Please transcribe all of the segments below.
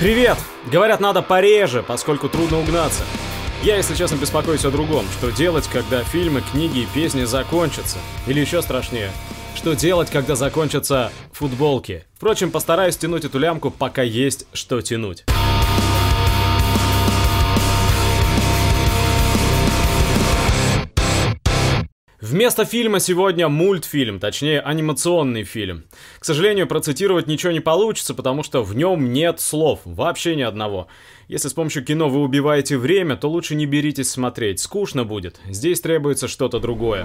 Привет! Говорят, надо пореже, поскольку трудно угнаться. Я, если честно, беспокоюсь о другом. Что делать, когда фильмы, книги и песни закончатся? Или еще страшнее, что делать, когда закончатся футболки? Впрочем, постараюсь тянуть эту лямку, пока есть что тянуть. Вместо фильма сегодня мультфильм, точнее анимационный фильм. К сожалению, процитировать ничего не получится, потому что в нем нет слов, вообще ни одного. Если с помощью кино вы убиваете время, то лучше не беритесь смотреть, скучно будет. Здесь требуется что-то другое.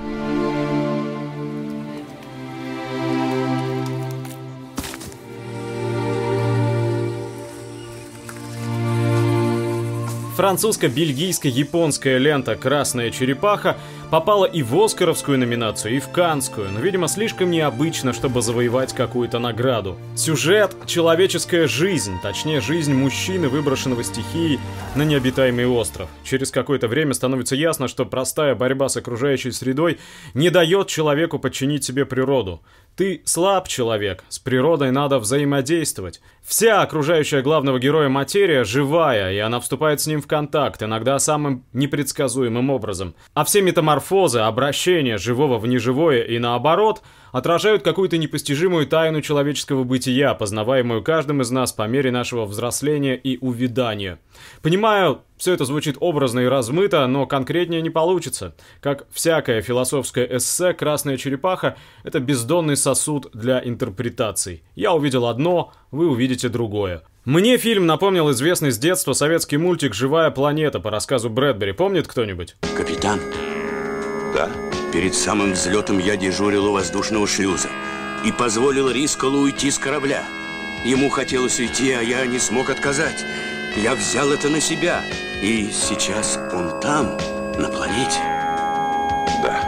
Французско-бельгийско-японская лента «Красная черепаха» попала и в Оскаровскую номинацию, и в Каннскую, но, видимо, слишком необычно, чтобы завоевать какую-то награду. Сюжет — человеческая жизнь, точнее, жизнь мужчины, выброшенного стихией на необитаемый остров. Через какое-то время становится ясно, что простая борьба с окружающей средой не дает человеку подчинить себе природу. Ты слаб человек, с природой надо взаимодействовать. Вся окружающая главного героя материя живая, и она вступает с ним в контакт, иногда самым непредсказуемым образом. А все метаморфозы, обращения живого в неживое и наоборот, отражают какую-то непостижимую тайну человеческого бытия, познаваемую каждым из нас по мере нашего взросления и увядания. Понимаю, все это звучит образно и размыто, но конкретнее не получится. Как всякое философское эссе, «Красная черепаха» — это бездонный сосуд для интерпретаций. Я увидел одно, вы увидите другое. Мне фильм напомнил известный с детства советский мультик «Живая планета» по рассказу Брэдбери. Помнит кто-нибудь? Капитан? Да? Перед самым взлетом я дежурил у воздушного шлюза и позволил Рисколу уйти с корабля. Ему хотелось уйти, а я не смог отказать. Я взял это на себя, и сейчас он там, на планете. Да.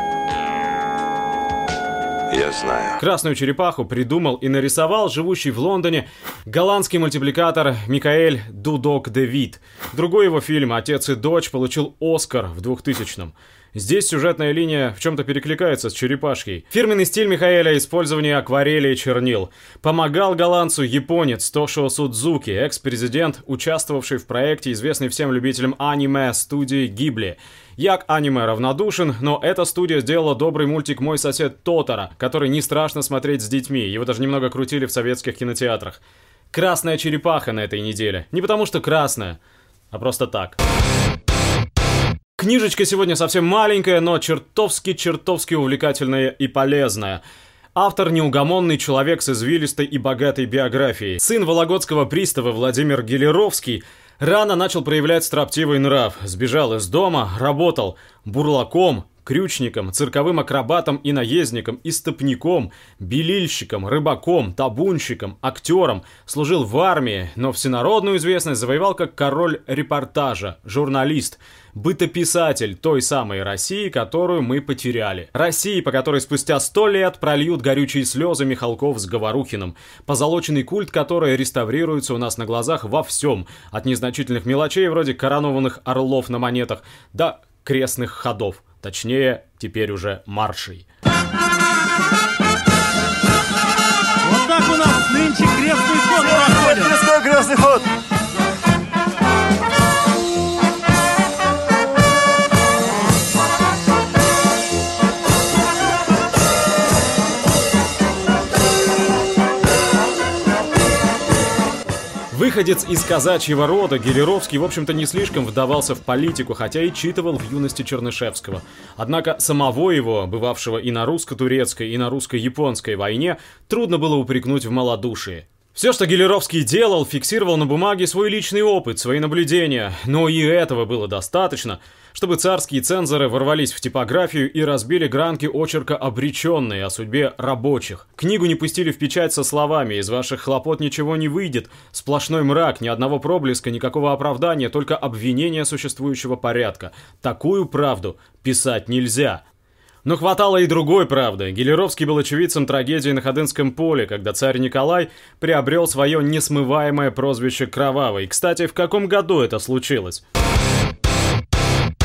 Я знаю. «Красную черепаху» придумал и нарисовал живущий в Лондоне голландский мультипликатор Микаэль Дудок де Вит. Другой его фильм «Отец и дочь» получил «Оскар» в 2000-м. Здесь сюжетная линия в чем-то перекликается с «Черепашкой». Фирменный стиль Микаэля — использование акварели и чернил. Помогал голландцу японец Тошио Судзуки, экс-президент, участвовавший в проекте, известный всем любителям аниме студии Гибли. Я к аниме равнодушен, но эта студия сделала добрый мультик «Мой сосед Тоторо», который не страшно смотреть с детьми, его даже немного крутили в советских кинотеатрах. «Красная черепаха» на этой неделе. Не потому что красная, а просто так. Книжечка сегодня совсем маленькая, но чертовски увлекательная и полезная. Автор — неугомонный человек с извилистой и богатой биографией. Сын вологодского пристава Владимир Гелеровский рано начал проявлять строптивый нрав. Сбежал из дома, работал бурлаком, крючником, цирковым акробатом и наездником, истопником, белильщиком, рыбаком, табунщиком, актером, служил в армии, но всенародную известность завоевал как король репортажа, журналист, бытописатель той самой России, которую мы потеряли. России, по которой спустя 100 лет прольют горючие слезы Михалков с Говорухиным, позолоченный культ которой реставрируется у нас на глазах во всем, от незначительных мелочей вроде коронованных орлов на монетах до крестных ходов. Точнее, теперь уже маршей. Вот так у нас нынче крестный ход проходит. Крестный ход. Выходец из казачьего рода, Гелеровский, в общем-то, не слишком вдавался в политику, хотя и читывал в юности Чернышевского. Однако самого его, бывавшего и на русско-турецкой, и на русско-японской войне, трудно было упрекнуть в малодушии. Все, что Гелеровский делал, фиксировал на бумаге свой личный опыт, свои наблюдения, но и этого было достаточно, чтобы царские цензоры ворвались в типографию и разбили гранки очерка «Обреченные» о судьбе рабочих. Книгу не пустили в печать со словами «Из ваших хлопот ничего не выйдет», сплошной мрак, ни одного проблеска, никакого оправдания, только обвинение существующего порядка. Такую правду писать нельзя. Но хватало и другой правды. Гелеровский был очевидцем трагедии на Ходынском поле, когда царь Николай приобрел свое несмываемое прозвище «Кровавый». Кстати, в каком году это случилось?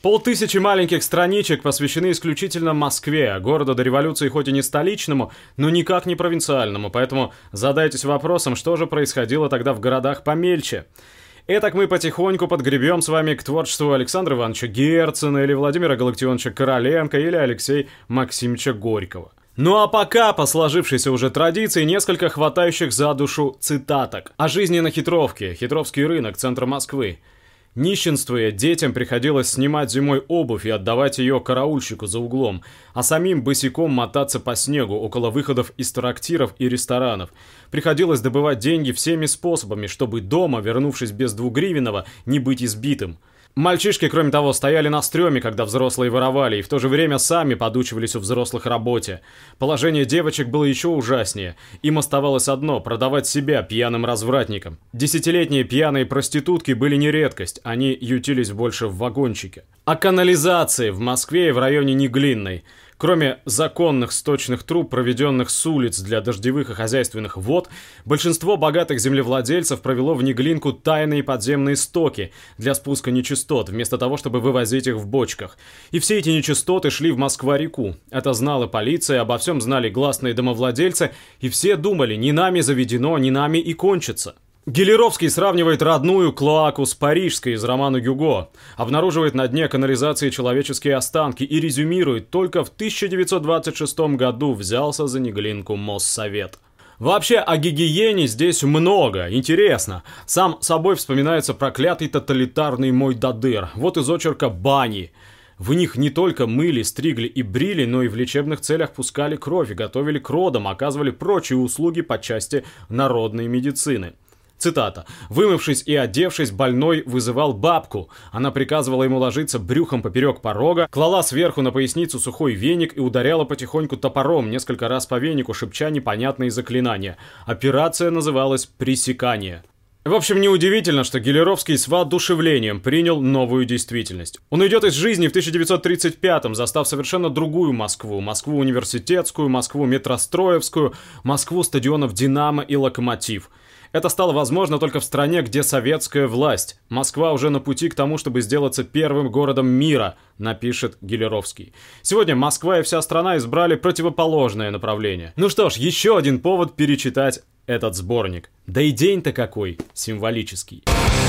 500 маленьких страничек посвящены исключительно Москве, городу до революции хоть и не столичному, но никак не провинциальному, поэтому задайтесь вопросом, что же происходило тогда в городах помельче. Итак, мы потихоньку подгребем с вами к творчеству Александра Ивановича Герцена или Владимира Галактионовича Короленко или Алексея Максимовича Горького. Ну а пока, по сложившейся уже традиции, несколько хватающих за душу цитаток. О жизни на Хитровке, Хитровский рынок, центр Москвы. Нищенствуя, детям приходилось снимать зимой обувь и отдавать ее караульщику за углом, а самим босиком мотаться по снегу около выходов из трактиров и ресторанов. Приходилось добывать деньги всеми способами, чтобы дома, вернувшись без 2-гривенного, не быть избитым. Мальчишки, кроме того, стояли на стреме, когда взрослые воровали, и в то же время сами подучивались у взрослых работе. Положение девочек было еще ужаснее. Им оставалось одно – продавать себя пьяным развратникам. Десятилетние пьяные проститутки были не редкость, они ютились больше в вагончике. О канализации в Москве и в районе Неглинной. Кроме законных сточных труб, проведенных с улиц для дождевых и хозяйственных вод, большинство богатых землевладельцев провело в Неглинку тайные подземные стоки для спуска нечистот, вместо того, чтобы вывозить их в бочках. И все эти нечистоты шли в Москва-реку. Это знала полиция, обо всем знали гласные домовладельцы, и все думали, не нами заведено, не нами и кончится. Гелеровский сравнивает родную клоаку с парижской из романа Гюго, обнаруживает на дне канализации человеческие останки и резюмирует: только в 1926 году взялся за Неглинку Моссовет. Вообще о гигиене здесь много, интересно. Сам собой вспоминается проклятый тоталитарный Мойдодыр, вот из очерка «Бани». В них не только мыли, стригли и брили, но и в лечебных целях пускали кровь, готовили к родам, оказывали прочие услуги по части народной медицины. Цитата. «Вымывшись и одевшись, больной вызывал бабку. Она приказывала ему ложиться брюхом поперек порога, клала сверху на поясницу сухой веник и ударяла потихоньку топором, несколько раз по венику, шепча непонятные заклинания. Операция называлась «пресекание». В общем, неудивительно, что Гелеровский с воодушевлением принял новую действительность. Он уйдет из жизни в 1935-м, застав совершенно другую Москву. Москву университетскую, Москву метростроевскую, Москву стадионов «Динамо» и «Локомотив». Это стало возможно только в стране, где советская власть. Москва уже на пути к тому, чтобы сделаться первым городом мира, напишет Гелеровский. Сегодня Москва и вся страна избрали противоположное направление. Ну что ж, еще один повод перечитать этот сборник. Да и день-то какой символический.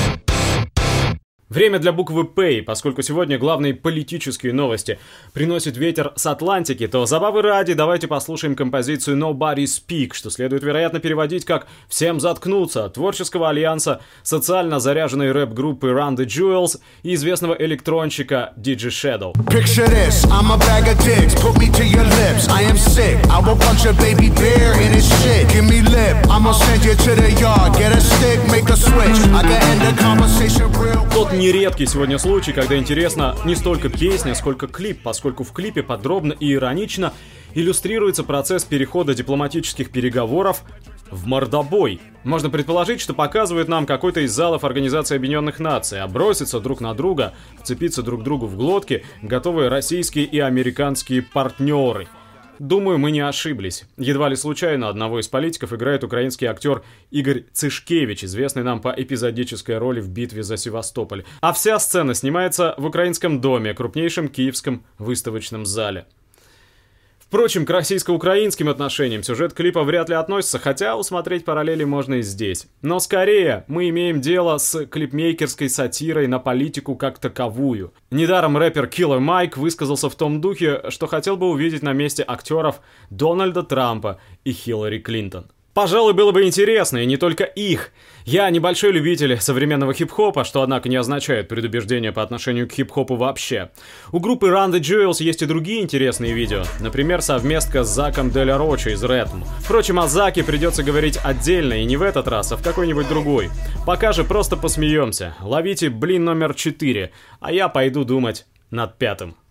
Время для буквы «П», и поскольку сегодня главные политические новости приносит ветер с Атлантики, то забавы ради давайте послушаем композицию «Nobody Speak», что следует, вероятно, переводить как «Всем заткнуться» творческого альянса социально заряженной рэп-группы Run the Jewels и известного электронщика DJ Shadow. Picture this, I'm a bag of dicks, put me to your lips, I am sick, I will punch a baby bear in his shit, give me lip, I'm gonna send you to the yard, get a stick, make a switch, I can end the conversation real quick. Нередкий сегодня случай, когда интересна не столько песня, сколько клип, поскольку в клипе подробно и иронично иллюстрируется процесс перехода дипломатических переговоров в мордобой. Можно предположить, что показывают нам какой-то из залов Организации Объединенных Наций, а броситься друг на друга, вцепиться друг другу в глотки, готовые российские и американские партнеры. Думаю, мы не ошиблись. Едва ли случайно одного из политиков играет украинский актер Игорь Цишкевич, известный нам по эпизодической роли в битве за Севастополь. А вся сцена снимается в Украинском доме, крупнейшем киевском выставочном зале. Впрочем, к российско-украинским отношениям сюжет клипа вряд ли относится, хотя усмотреть параллели можно и здесь. Но скорее мы имеем дело с клипмейкерской сатирой на политику как таковую. Недаром рэпер Killer Mike высказался в том духе, что хотел бы увидеть на месте актеров Дональда Трампа и Хиллари Клинтон. Пожалуй, было бы интересно, и не только их. Я небольшой любитель современного хип-хопа, что, однако, не означает предубеждение по отношению к хип-хопу вообще. У группы Run the Jewels есть и другие интересные видео. Например, совместка с Заком Де Ла Роча из Рэтм. Впрочем, о Заке придется говорить отдельно, и не в этот раз, а в какой-нибудь другой. Пока же просто посмеемся. Ловите блин номер 4, а я пойду думать над 5.